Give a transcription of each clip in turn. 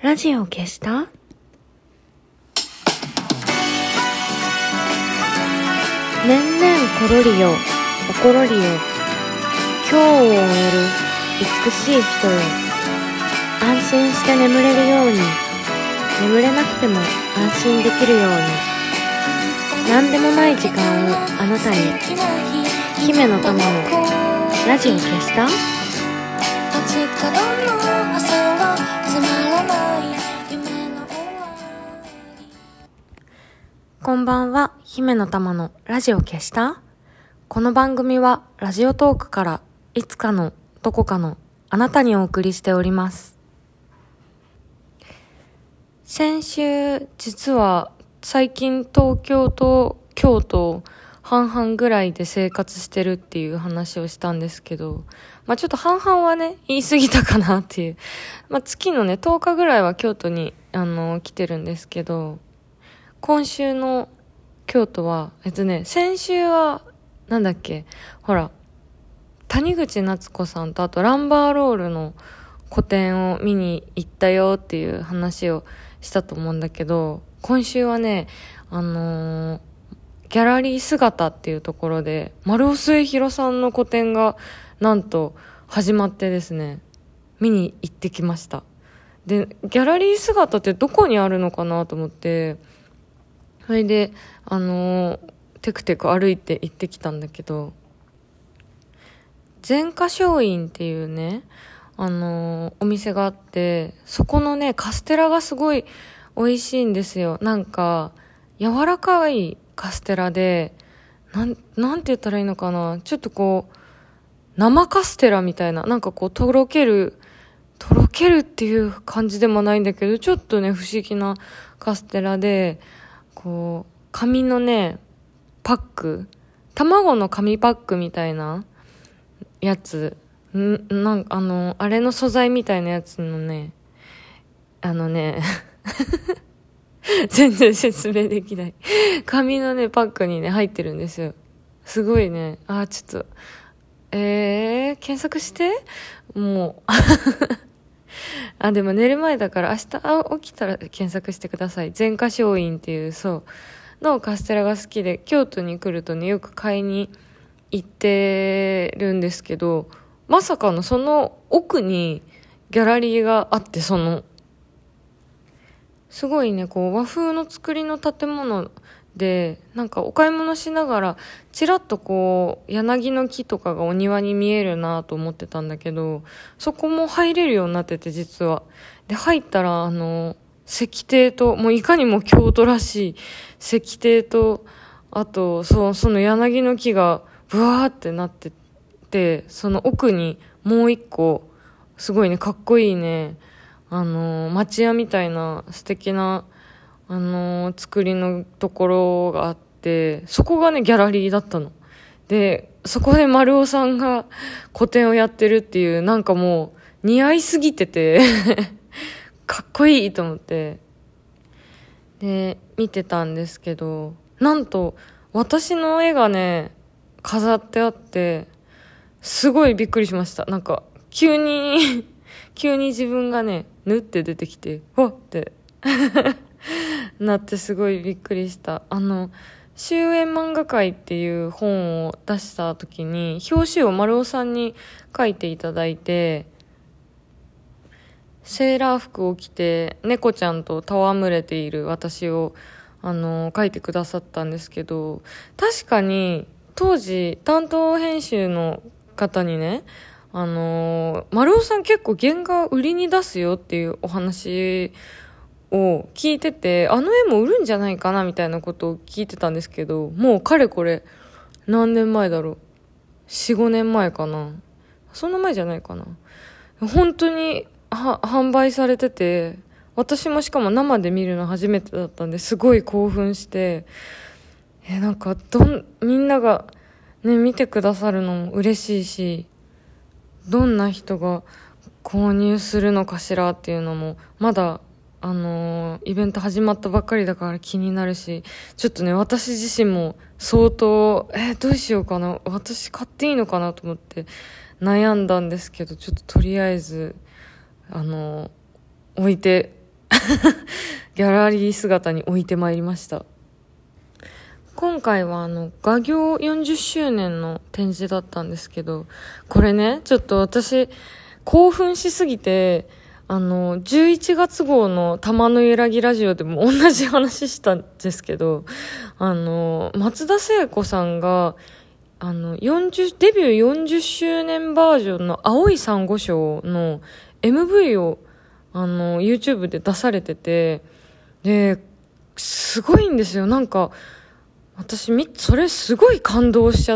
ラジオ消した？年々ころりよ、おころりよ、今日を終える美しい人よ。安心して眠れるように、眠れなくても安心できるように、何でもない時間をあなたに。姫の玉のラジオ消した？こんばんは、姫の玉のラジオ消した？この番組はラジオトークからいつかのどこかのあなたにお送りしております。先週、実は最近東京と京都半々ぐらいで生活してるっていう話をしたんですけど、ちょっと半々はね、言い過ぎたかなっていう。月のね、10日ぐらいは京都に、来てるんですけど、今週の京都は、先週は、ほら、谷口夏子さんとあとランバーロールの個展を見に行ったよっていう話をしたと思うんだけど、今週はね、ギャラリー姿っていうところで、丸尾末広さんの個展がなんと始まってですね、見に行ってきました。で、ギャラリー姿ってどこにあるのかなと思って、それで、テクテク歩いて行ってきたんだけど、前華松院っていうね、お店があって、そこのね、カステラがすごい美味しいんですよ。柔らかいカステラで、なんて言ったらいいのかな。ちょっと生カステラみたいな、とろけるっていう感じでもないんだけど、ちょっとね、不思議なカステラで、紙のね、パック、卵の紙パックみたいなやつ、あれの素材みたいなやつのね、全然説明できない。紙のね、パックにね、入ってるんですよ。すごいね。ちょっと、検索してもう。でも寝る前だから明日起きたら検索してください。前華松院っていう、のカステラが好きで、京都に来るとね、よく買いに行ってるんですけど、まさかのその奥にギャラリーがあって、すごいね、和風の作りの建物で、お買い物しながら、ちらっと柳の木とかがお庭に見えるなと思ってたんだけど、そこも入れるようになってて、実は。で、入ったら、石庭と、もういかにも京都らしい石庭と、あと、その柳の木が、ブワーってなってて、その奥にもう一個、すごいね、かっこいいね、町屋みたいな素敵な、作りのところがあって、そこがね、ギャラリーだったの。で、そこで丸尾さんが個展をやってるっていう、もう、似合いすぎてて、かっこいいと思って。で、見てたんですけど、なんと、私の絵がね、飾ってあって、すごいびっくりしました。急に急に自分がね、ぬって出てきて、わってなってすごいびっくりした。終焉漫画界っていう本を出した時に、表紙を丸尾さんに書いていただいて、セーラー服を着て猫ちゃんと戯れている私を、書いてくださったんですけど、確かに当時担当編集の方にね、丸尾さん結構原画売りに出すよっていうお話を聞いてて、あの絵も売るんじゃないかなみたいなことを聞いてたんですけど、もうかれこれ何年前だろう、4、5年前かな、そんな前じゃないかな、本当に販売されてて、私もしかも生で見るの初めてだったんですごい興奮して、みんながね、見てくださるのも嬉しいし、どんな人が購入するのかしらっていうのも、まだ、イベント始まったばっかりだから気になるし、ちょっとね、私自身も相当、どうしようかな、私買っていいのかなと思って悩んだんですけど、ちょっととりあえず、置いてギャラリー姿に置いてまいりました。今回は画業40周年の展示だったんですけど、これね、ちょっと私興奮しすぎて、11月号の玉の揺らぎラジオでも同じ話したんですけど、松田聖子さんがデビュー40周年バージョンの青い珊瑚礁の MV をYouTube で出されてて、で、すごいんですよ。なんか、私それすごい感動しちゃって、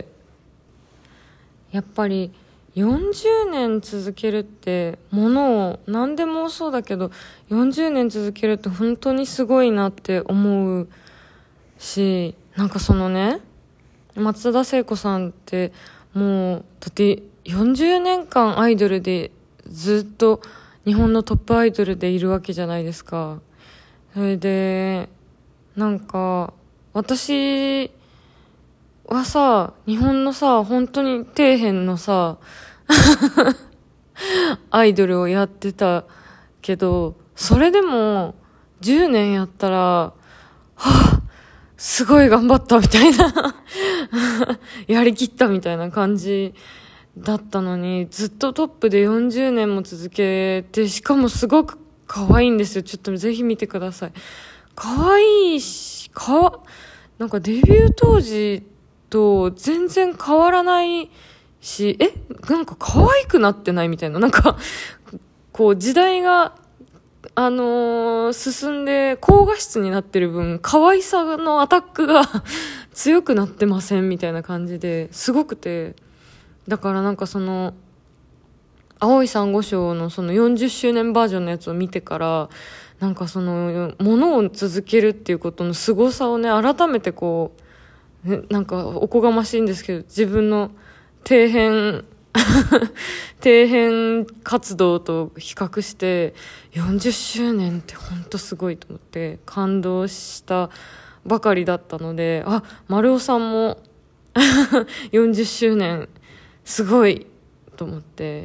やっぱり40年続けるってものを何でもそうだけど40年続けるって本当にすごいなって思うし、なんかそのね、松田聖子さんってもうだって40年間アイドルでずっと日本のトップアイドルでいるわけじゃないですか。それでなんか私はさ、日本のさ、本当に底辺のさアイドルをやってたけど、それでも10年やったら、はぁ、すごい頑張ったみたいなやりきったみたいな感じだったのに、ずっとトップで40年も続けて、しかもすごく可愛いんですよ。ちょっとぜひ見てください。可愛いし、なんかデビュー当時と全然変わらないし、なんか可愛くなってないみたいな、なんかこう時代が進んで高画質になってる分、可愛さのアタックが強くなってませんみたいな感じですごくて、だからなんかその青い珊瑚礁のその40周年バージョンのやつを見てから、なんかそのものを続けるっていうことの凄さをね、改めてこう、ね、なんかおこがましいんですけど、自分の底辺底辺活動と比較して40周年って本当すごいと思って感動したばかりだったので、丸尾さんも40周年すごいと思って、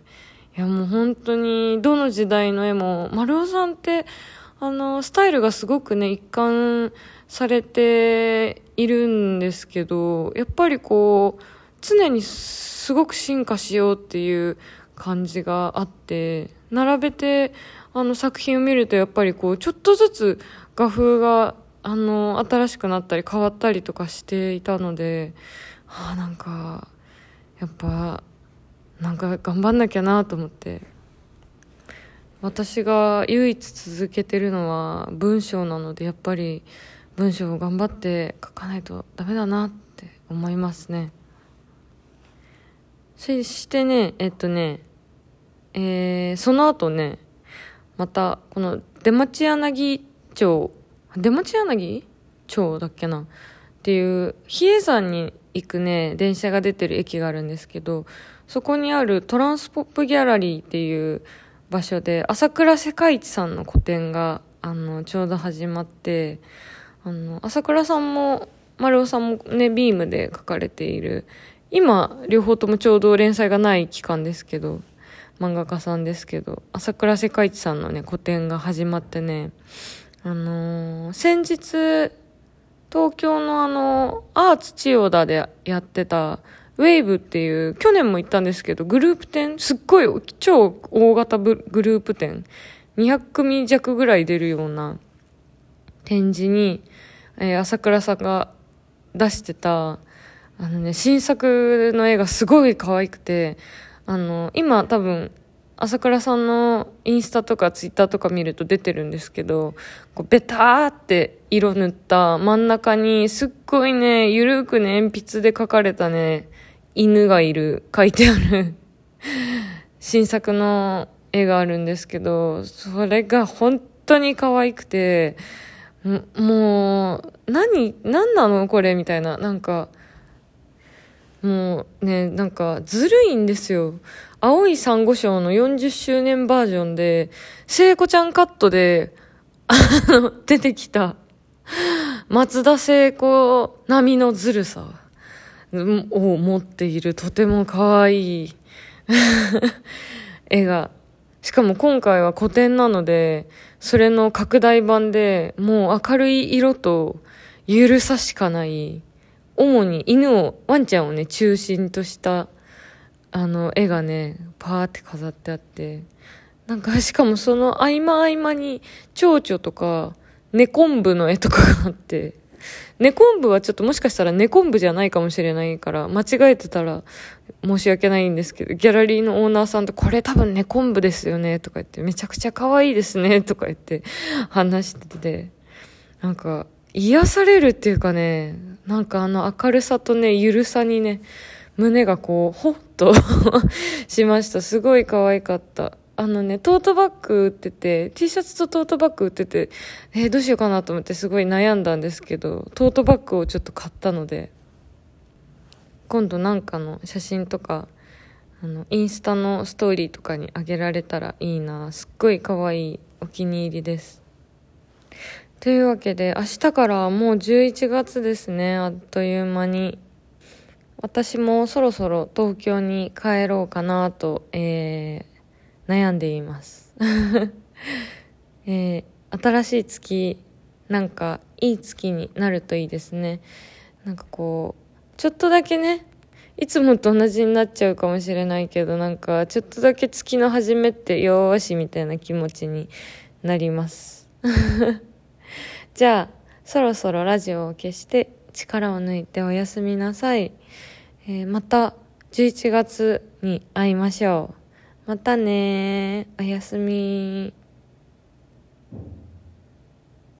いやもう本当にどの時代の絵も丸尾さんってスタイルがすごくね一貫されているんですけど、やっぱりこう常にすごく進化しようっていう感じがあって、並べて作品を見るとやっぱりこうちょっとずつ画風が新しくなったり変わったりとかしていたので、なんかやっぱなんか頑張んなきゃなと思って。私が唯一続けてるのは文章なので、やっぱり文章を頑張って書かないとダメだなって思いますね。そしてね、その後ね、またこの出町柳町だっけなっていう比叡山に行くね電車が出てる駅があるんですけど、そこにあるトランスポップギャラリーっていう場所で朝倉世界一さんの個展がちょうど始まって、朝倉さんも丸尾さんもねビームで書かれている、今両方ともちょうど連載がない期間ですけど、漫画家さんですけど、朝倉世界一さんのね個展が始まってね、先日東京のアーツ千代田でやってたウェーブっていう、去年も行ったんですけどグループ展、すっごい超大型グループ展、200組弱ぐらい出るような展示に、朝倉さんが出してた新作の絵がすごい可愛くて、今多分朝倉さんのインスタとかツイッターとか見ると出てるんですけど、こうベターって色塗った真ん中にすっごいねゆるくね鉛筆で描かれたね犬が書いてある新作の絵があるんですけど、それが本当に可愛くて、もう何なのこれみたいな、なんかもうね、なんかずるいんですよ。青い珊瑚礁の40周年バージョンで聖子ちゃんカットで出てきた松田聖子並みのずるさを持っている、とても可愛い絵がしかも今回は古典なので、それの拡大版で、もう明るい色とゆるさしかない、主にワンちゃんをね、中心とした、絵がね、パーって飾ってあって、なんか、しかもその合間合間に、蝶々とか、猫昆布の絵とかがあって、猫昆布はちょっともしかしたら猫昆布じゃないかもしれないから、間違えてたら申し訳ないんですけど、ギャラリーのオーナーさんとこれ多分猫昆布ですよねとか言って、めちゃくちゃ可愛いですねとか言って話してて、なんか癒されるっていうかね、なんか明るさとね、ゆるさにね、胸がこう、ほっとしました。すごい可愛かった。トートバッグ売ってて、T シャツとトートバッグ売ってて、どうしようかなと思ってすごい悩んだんですけど、トートバッグをちょっと買ったので、今度なんかの写真とか、インスタのストーリーとかにあげられたらいいな。すっごい可愛いお気に入りです。というわけで、明日からはもう11月ですね。あっという間に。私もそろそろ東京に帰ろうかなと、悩んでいます。新しい月、なんかいい月になるといいですね。なんかこう、ちょっとだけね、いつもと同じになっちゃうかもしれないけど、なんかちょっとだけ月の初めってよーしみたいな気持ちになります。じゃあ、そろそろラジオを消して力を抜いておやすみなさい。また11月に会いましょう。またねー。おやすみ。